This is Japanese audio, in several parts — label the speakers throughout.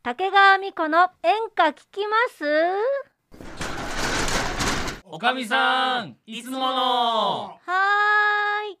Speaker 1: 竹川美子の演歌聞きます。
Speaker 2: おかみさんいつもの。
Speaker 1: はーい。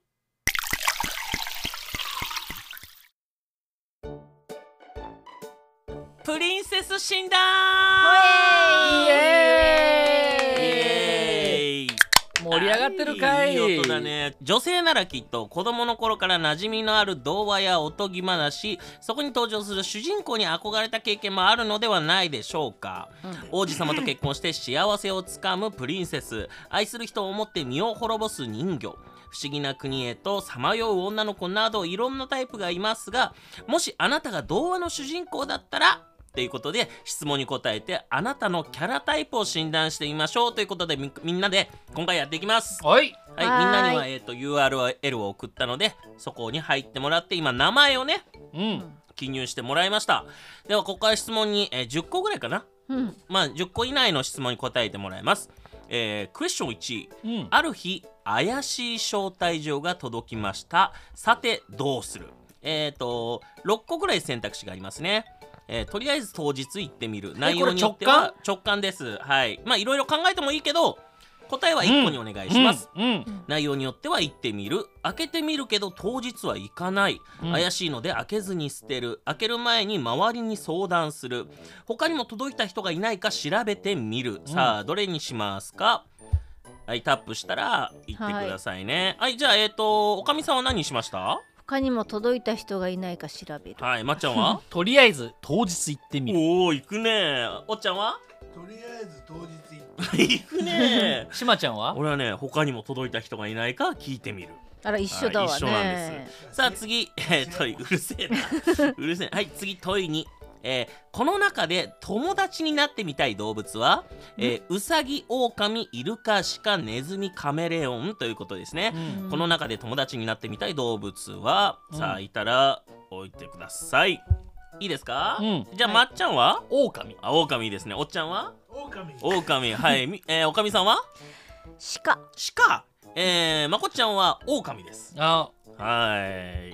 Speaker 2: プリンセス診断。
Speaker 1: イエーイ。
Speaker 2: 盛り上がってるかい。
Speaker 3: いい音だね。女性ならきっと子供の頃から馴染みのある童話やおとぎ話、そこに登場する主人公に憧れた経験もあるのではないでしょうか。王子様と結婚して幸せをつかむプリンセス、愛する人を思って身を滅ぼす人魚、不思議な国へとさまよう女の子などいろんなタイプがいますが、もしあなたが童話の主人公だったらということで、質問に答えてあなたのキャラタイプを診断してみましょうということで、みんなで今回やっていきます。
Speaker 2: はい。
Speaker 3: はい、みんなには、URL を送ったので、そこに入ってもらって、今名前をね記入してもらいました。ではここから質問に、10個ぐらいかな、まあ10個以内の質問に答えてもらいます。クエスチョン1、ある日怪しい招待状が届きました。さてどうする。6個ぐらい選択肢がありますね。とりあえず当日行ってみる。内容によっては直感です。はい。まあいろいろ考えてもいいけど、答えは1個にお願いします。内容によっては行ってみる。開けてみるけど当日は行かない。怪しいので開けずに捨てる。開ける前に周りに相談する。他にも届いた人がいないか調べてみる。さあどれにしますか。はい、タップしたら言ってくださいね。はい、じゃあおかみさんは何にしました。
Speaker 1: 他にも届いた人がいないか調べる。
Speaker 3: はい、まっちゃんは
Speaker 2: とりあえず当日行ってみる。
Speaker 3: おお、行くね。おっちゃんは
Speaker 4: とりあえず当日行って
Speaker 3: 行くね。
Speaker 2: しまちゃんは
Speaker 3: 俺はね、他にも届いた人がいないか聞いてみる。
Speaker 1: あら一緒だわね。
Speaker 3: 一緒なんです。さあ次、問いうるせえなうるせえ。はい、次問いに、この中で友達になってみたい動物は、ウサギ、オオカミ、イルカ、シカ、ネズミ、カメレオンということですね。この中で友達になってみたい動物は、さあいたら置いてください。いいですか。じゃあまっちゃんは
Speaker 2: オオカミ。
Speaker 3: オオカミですね。おっちゃんは
Speaker 4: オオカミ。
Speaker 3: オオカミ。はい。おかみさんは
Speaker 1: 鹿。
Speaker 3: 鹿。まこっちゃんはオオカミです。
Speaker 2: あ、
Speaker 3: はい。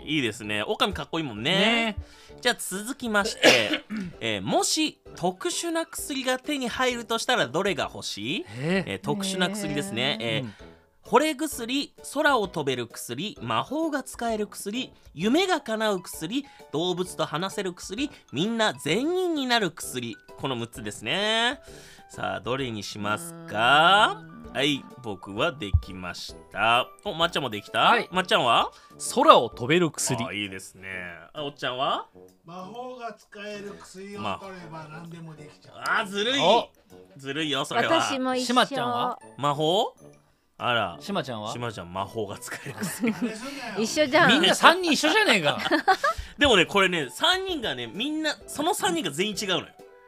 Speaker 3: いいですね。オオカミかっこいいもんね。じゃあ続きまして、もし特殊な薬が手に入るとしたらどれが欲しい。特殊な薬ですね。惚れ薬、空を飛べる薬、魔法が使える薬、夢が叶う薬、動物と話せる薬、みんな全員になる薬。この6つですね。さあどれにしますか。はい、僕はできました。お、まっちゃんもできた。
Speaker 2: はい。
Speaker 3: まっちゃんは
Speaker 2: 空を飛べる薬。
Speaker 3: いいですね。おっちゃんは
Speaker 4: 魔法が使える薬を取れば何でもできちゃう。
Speaker 3: ずるい。ずるいよそれは。
Speaker 1: 私も一緒。
Speaker 2: しまちゃんは
Speaker 3: 魔法。あら、
Speaker 2: しまちゃんは
Speaker 3: しまちゃん魔法が使える薬
Speaker 1: 一緒じゃん。
Speaker 2: みんな3人一緒じゃねえか
Speaker 3: でもね、これね、3人がね、みんなその3人が全員違うのよ。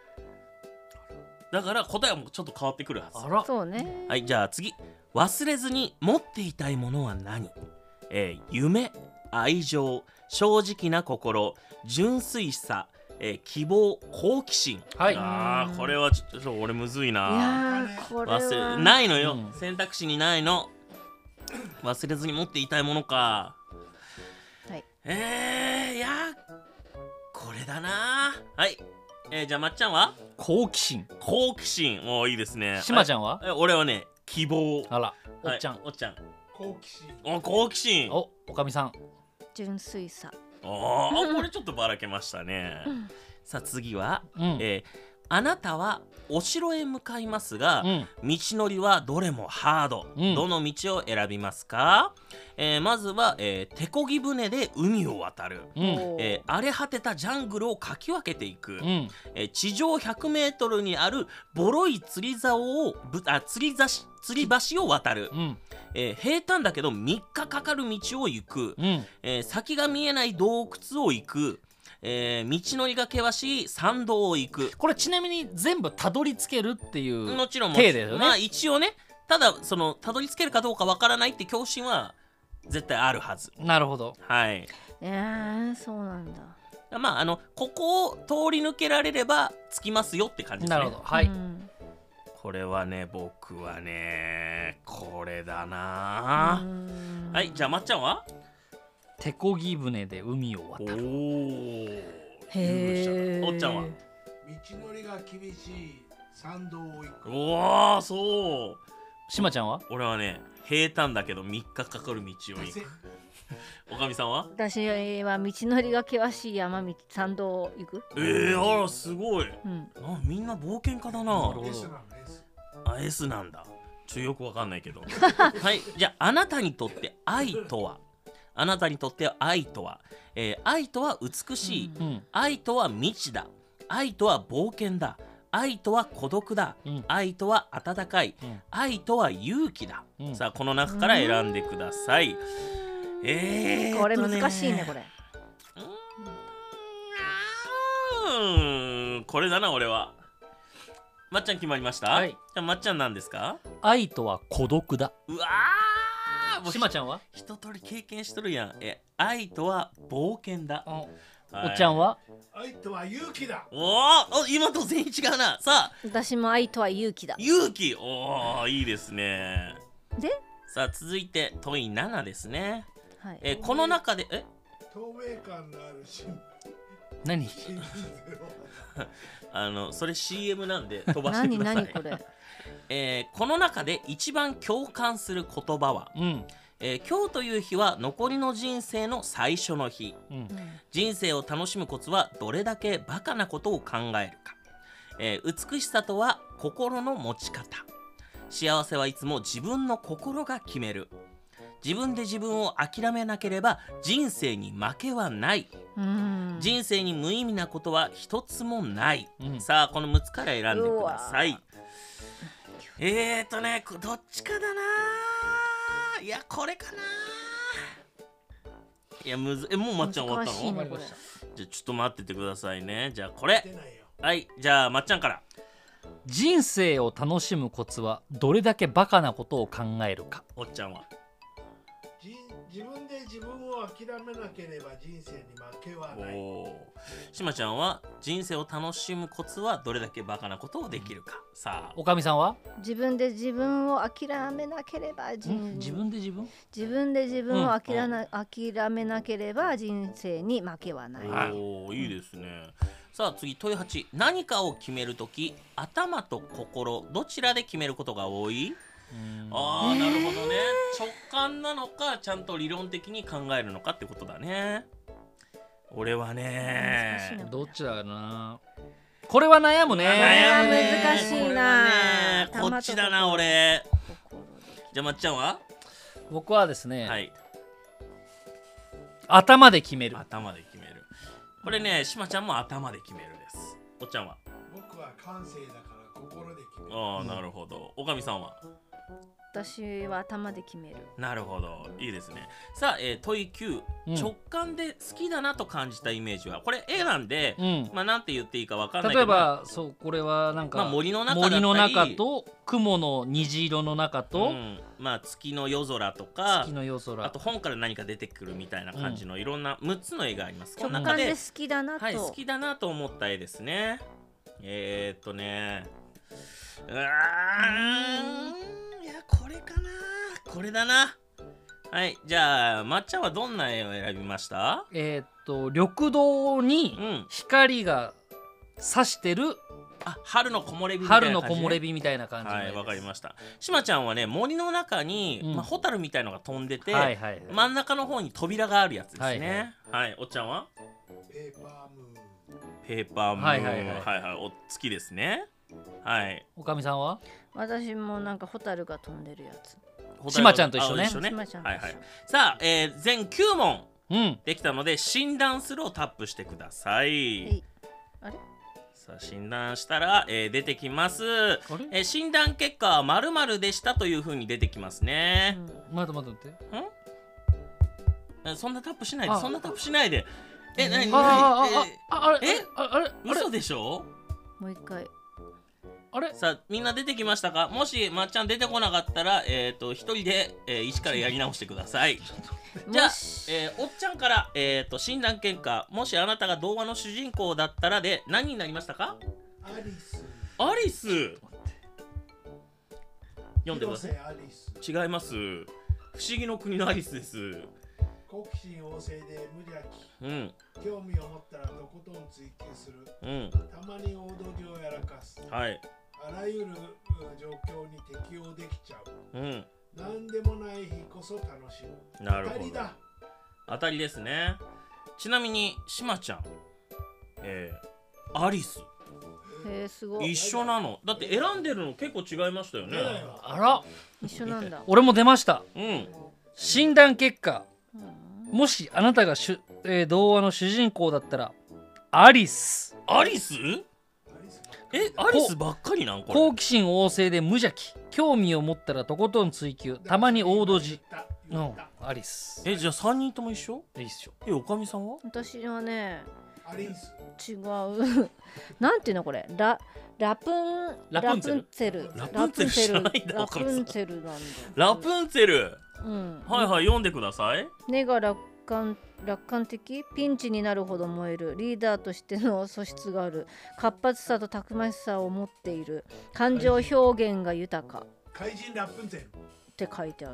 Speaker 3: だから答えはもうちょっと変わってくるはず。
Speaker 2: あら。
Speaker 1: そうね。
Speaker 3: はい、じゃあ次。忘れずに持っていたいものは何。夢、愛情、正直な心、純粋さ、希望、好奇心。
Speaker 2: はい。
Speaker 3: これはちょっと俺むずいな。
Speaker 1: いやこれは
Speaker 3: ないのよ、選択肢にないの。忘れずに持っていたいものか。
Speaker 1: はい。
Speaker 3: いやこれだな。はい。じゃあまっちゃんは
Speaker 2: 好奇心。
Speaker 3: 好奇心。もういいですね。
Speaker 2: しまちゃんは
Speaker 3: 俺はね、希望。
Speaker 2: あら、おっちゃん。
Speaker 3: おっちゃん。
Speaker 4: 好奇心。
Speaker 3: 好奇心。
Speaker 2: おかみさん。
Speaker 1: 純粋さ。
Speaker 3: これちょっとばらけましたね。さあ次は、あなたはお城へ向かいますが、道のりはどれもハード。どの道を選びますか。まずは、手漕ぎ船で海を渡る。荒れ果てたジャングルをかき分けていく。地上100メートルにあるボロい釣り竿を釣り橋を渡る。平坦だけど3日かかる道を行く。先が見えない洞窟を行く。道のりが険しい山道を行く。
Speaker 2: これちなみに全部たどり着けるっていう
Speaker 3: もちろん
Speaker 2: 体ですよね。
Speaker 3: まあ一応ね、ただそのたどり着けるかどうかわからないって恐怖心は絶対あるはず。
Speaker 2: なるほど。
Speaker 3: はい。
Speaker 1: そうなんだ。
Speaker 3: まあここを通り抜けられれば着きますよって感じですね。
Speaker 2: なるほど。はい。
Speaker 3: これはね、僕はね、これだな。はい、じゃあまっちゃんは
Speaker 2: 手漕ぎ船で海を渡る。
Speaker 1: へえ。
Speaker 3: おっちゃんは
Speaker 4: 道のりが厳しい山道を行く。
Speaker 3: おお、そう。
Speaker 2: しまちゃんは？
Speaker 3: 俺はね、平坦だけど3日かかる道を行く。おかみさんは？
Speaker 1: 私は道のりが険しい山道、山道を行く。
Speaker 3: あらすごい。みんな冒険家だな。S なんだ。よくわかんないけど。はい、じゃああなたにとって愛とは？あなたにとって愛とは、愛とは美しい、愛とは未知だ、愛とは冒険だ、愛とは孤独だ、愛とは温かい、愛とは勇気だ。さあこの中から選んでください。
Speaker 1: これ難しいねこれ。
Speaker 3: これだな俺は。まっちゃん決まりました？はい。じゃあまっちゃん何ですか？
Speaker 2: 愛とは孤独だ。
Speaker 3: うわー。
Speaker 2: しまちゃんは？
Speaker 3: 一通り経験しとるやん。愛とは冒険だ。
Speaker 2: おちゃんは？
Speaker 4: 愛とは勇気だ。
Speaker 3: お、今と全員違うな。さあ。
Speaker 1: 私も愛とは勇気だ。
Speaker 3: 勇気。おー、いいですね。
Speaker 1: で？
Speaker 3: さあ続いて問い7ですね。
Speaker 1: はい。
Speaker 3: この中で
Speaker 4: 透明感のあるシン。
Speaker 2: 何？
Speaker 3: それ CM なんで飛ばしてください。
Speaker 1: 何これ？
Speaker 3: この中で一番共感する言葉は、今日という日は残りの人生の最初の日、人生を楽しむコツはどれだけバカなことを考えるか、美しさとは心の持ち方、幸せはいつも自分の心が決める、自分で自分を諦めなければ人生に負けはない、人生に無意味なことは一つもない、さあこの6つから選んでください。どっちかだな。いやこれかな。いやもうまっちゃん終わったの？
Speaker 1: ね、
Speaker 3: じゃあちょっと待っててくださいね。じゃあこれ、はい、じゃあまっちゃんから。
Speaker 2: 人生を楽しむコツはどれだけバカなことを考えるか。
Speaker 3: おっちゃんは？
Speaker 4: 自分で自分を諦めなければ人生に負けはない。
Speaker 3: しまちゃんは人生を楽しむコツはどれだけバカなことをできるか。さあ
Speaker 2: おかみさんは？
Speaker 1: 自分で自分を諦めなければ
Speaker 2: 自分で自分
Speaker 1: を諦めなければ人生に負けはない。
Speaker 3: いいですね。さあ次問い8。何かを決めるとき頭と心どちらで決めることが多い？なるほどね。直感なのかちゃんと理論的に考えるのかってことだね。俺はね
Speaker 2: どっちだろうな。これは悩むね。
Speaker 1: 難しいな。
Speaker 3: こっちだな俺。じゃあまっちゃんは？
Speaker 2: 僕はですね、
Speaker 3: はい、
Speaker 2: 頭で決める。
Speaker 3: 頭で決める。これね、しまちゃんも頭で決めるです。おっちゃんは？
Speaker 4: 僕は感性だから心で決める。
Speaker 3: なるほど。おかみさんは？
Speaker 1: 私は頭で決める。
Speaker 3: なるほど、いいですね。さあ、問い9、直感で好きだなと感じたイメージはこれ絵なんで、なんて言っていいか分かんないけど、
Speaker 2: 例えばそうこれはなんか、
Speaker 3: 森の中
Speaker 2: と雲の虹色の中と、
Speaker 3: 月の夜空とか、
Speaker 2: あ
Speaker 3: と本から何か出てくるみたいな感じのいろんな6つの絵があります。
Speaker 1: 直感で好きだなと、
Speaker 3: はい、好きだなと思った絵ですね。いやこれかな。これだな。はい、じゃあまっちゃんはどんな絵を選びました？
Speaker 2: 緑道に光が差してる、
Speaker 3: 春の木漏れ日みたいな感じ、
Speaker 2: 春の木漏れ日みたいな感じ。
Speaker 3: はい、わかりました。しまちゃんはね、森の中にホタルみたいのが飛んでて、真ん中の方に扉があるやつですね。はい、おっちゃんは？
Speaker 4: ペーパームーン。
Speaker 3: ペーパームーン、はい、お好きですね。はい。
Speaker 2: おかみさんは？
Speaker 1: 私もなんかホタルが飛んでるやつ。
Speaker 2: しまちゃんと一緒ね。
Speaker 3: さあ、全9問できたので、診断するをタップしてください。
Speaker 1: あれ？
Speaker 3: さあ診断したら、出てきます。診断結果は〇〇でしたという風に出てきますね。
Speaker 2: 待って。
Speaker 3: そんなタップしないで、そんなタップしないで。何？嘘でしょ？
Speaker 1: もう一回。
Speaker 2: あれ？
Speaker 3: さあみんな出てきましたか？もしまっちゃん出てこなかったら一人で、一からやり直してください。じゃあ、おっちゃんから、診断結果、もしあなたが童話の主人公だったらで何になりましたか？
Speaker 4: アリス。
Speaker 3: アリス。読んでください。違います。不思議の国のアリスです。
Speaker 4: 好奇心旺盛で無邪気、
Speaker 3: うん、
Speaker 4: 興味を持ったらとことん追求する、
Speaker 3: うん、
Speaker 4: たまに大道理をやらかす、
Speaker 3: はい、
Speaker 4: あらゆる状況に適応できちゃう、
Speaker 3: うん、
Speaker 4: なんでもない日こそ楽しむ。
Speaker 3: なるほど。
Speaker 4: 当たりだ。
Speaker 3: 当たりですね。ちなみにしまちゃん、アリス
Speaker 1: すごい。
Speaker 3: 一緒なの。だって選んでるの結構違いましたよね。
Speaker 2: あら、
Speaker 1: 一緒なんだ。
Speaker 2: 俺も出ました。
Speaker 3: うん。
Speaker 2: 診断結果、もしあなたが童話の主人公だったらアリス。
Speaker 3: アリス？アリスばっかりなんこれ。
Speaker 2: 好奇心旺盛で無邪気、興味を持ったらとことん追求、たまに大ドジ。アリス。
Speaker 3: じゃあ3人とも一緒？
Speaker 2: 一緒。
Speaker 3: おかみさんは？
Speaker 1: 私はね、
Speaker 4: アリス。
Speaker 1: 違う。なんていうのこれ？ラプンツェル。
Speaker 3: ラプンツェル知らないんだ。
Speaker 1: ラプンツェルなんだ。
Speaker 3: ラプンツェル。
Speaker 1: うん。
Speaker 3: はいはい、読んでください。
Speaker 1: 根が楽観的、ピンチになるほど燃える、リーダーとしての素質がある、活発さとたくましさを持っている、感情表現が豊か。
Speaker 4: 怪人ラプンツェル
Speaker 1: って書いてある。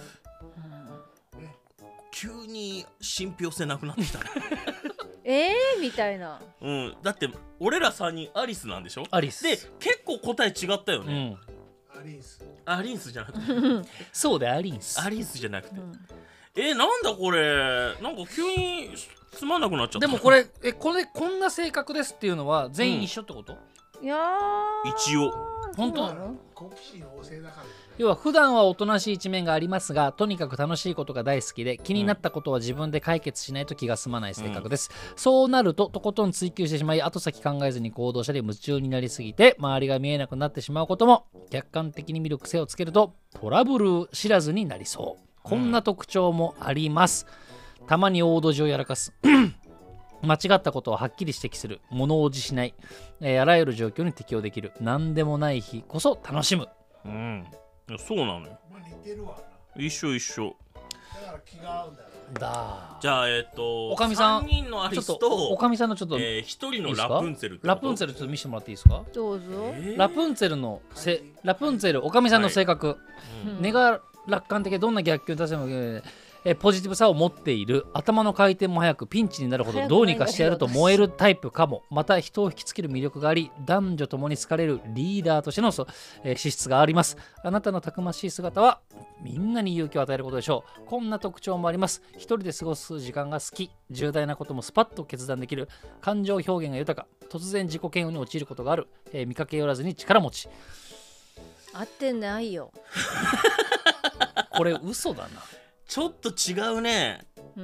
Speaker 3: 急に信憑性なくなってきたね。
Speaker 1: みたいな。
Speaker 3: うん、だって俺ら3人アリスなんでしょ。
Speaker 2: アリス
Speaker 3: で結構答え違ったよね。アリンスじゃなくて
Speaker 2: そうだ、アリンス
Speaker 3: じゃなくて、なんだこれ、なんか急につまんなくなっちゃった。
Speaker 2: でもこれこんな性格ですっていうのは全員一緒ってこと？
Speaker 1: いや
Speaker 3: 一応
Speaker 2: 本当。
Speaker 4: 好奇心旺盛だから。
Speaker 2: 要は普段はおとなしい一面がありますが、とにかく楽しいことが大好きで、気になったことは自分で解決しないと気が済まない性格です。そうなるととことん追求してしまい、後先考えずに行動したり夢中になりすぎて周りが見えなくなってしまうことも。客観的に見る癖をつけるとトラブル知らずになりそう。こんな特徴もあります。たまに大ドジをやらかす。間違ったことをはっきり指摘する。物おじしない。あらゆる状況に適応できる。何でもない日こそ楽しむ。
Speaker 3: そうなのよ。
Speaker 4: 似てるわな。
Speaker 3: 一緒。
Speaker 4: だから気が合うんだろうね。
Speaker 3: じゃあ
Speaker 2: おかみさん、
Speaker 3: 3人のアリスと
Speaker 2: おかみさんのちょっと
Speaker 3: 1人のラプンツェル。
Speaker 2: ラプンツェルちょっと見せてもらっていいですか？
Speaker 1: どうぞ。
Speaker 2: ラプンツェルおかみさんの性格、根が楽観的でどんな逆境に立てもポジティブさを持っている。頭の回転も速く、ピンチになるほどどうにかしてやると燃えるタイプかも。また人を引きつける魅力があり、男女ともに好かれるリーダーとしての資質があります。あなたのたくましい姿はみんなに勇気を与えることでしょう。こんな特徴もあります。一人で過ごす時間が好き、重大なこともスパッと決断できる、感情表現が豊か、突然自己嫌悪に陥ることがある、見かけ寄らずに力持ち。
Speaker 1: 合ってないよ。
Speaker 2: これ嘘だな。
Speaker 3: ちょっと違うね、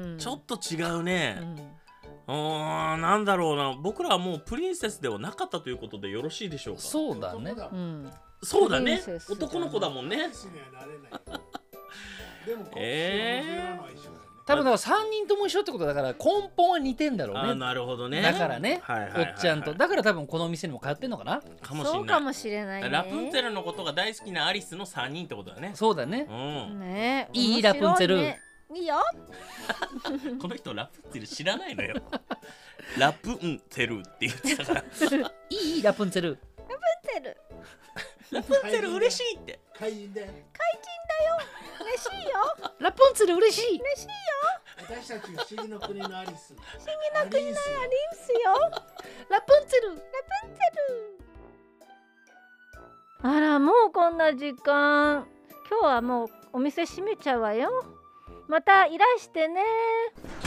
Speaker 3: なんだろうな。僕らはもうプリンセスではなかったということでよろしいでしょうか？
Speaker 2: そうだね、
Speaker 3: そうだね、男の子だもんね。
Speaker 4: でも好奇心旺盛なのは一緒だよね。
Speaker 2: 多分だから3人とも一緒ってことだから根本は似てんだろうね。
Speaker 3: なるほどね。
Speaker 2: だからね、おっちゃんとだから多分このお店にも通ってんのかな。
Speaker 1: そうかもしれないね。
Speaker 3: ラプンツェルのことが大好きなアリスの3人ってことだね。
Speaker 2: そうだね。
Speaker 1: ね、
Speaker 2: いいラプンツェル。
Speaker 1: いいよ。
Speaker 3: この人ラプンツェル知らないのよ。ラプンツェルって言ってたから。
Speaker 2: いいラプンツェル。
Speaker 3: ラプンツェル嬉しいって。
Speaker 4: 怪人だよ。
Speaker 1: 嬉しいよ。
Speaker 2: ラプンツェル嬉しい。
Speaker 4: 私たち不思議の国のアリス。
Speaker 1: よ。ラプンツェル。あら、もうこんな時間。今日はもうお店閉めちゃうわよ。またいらしてね。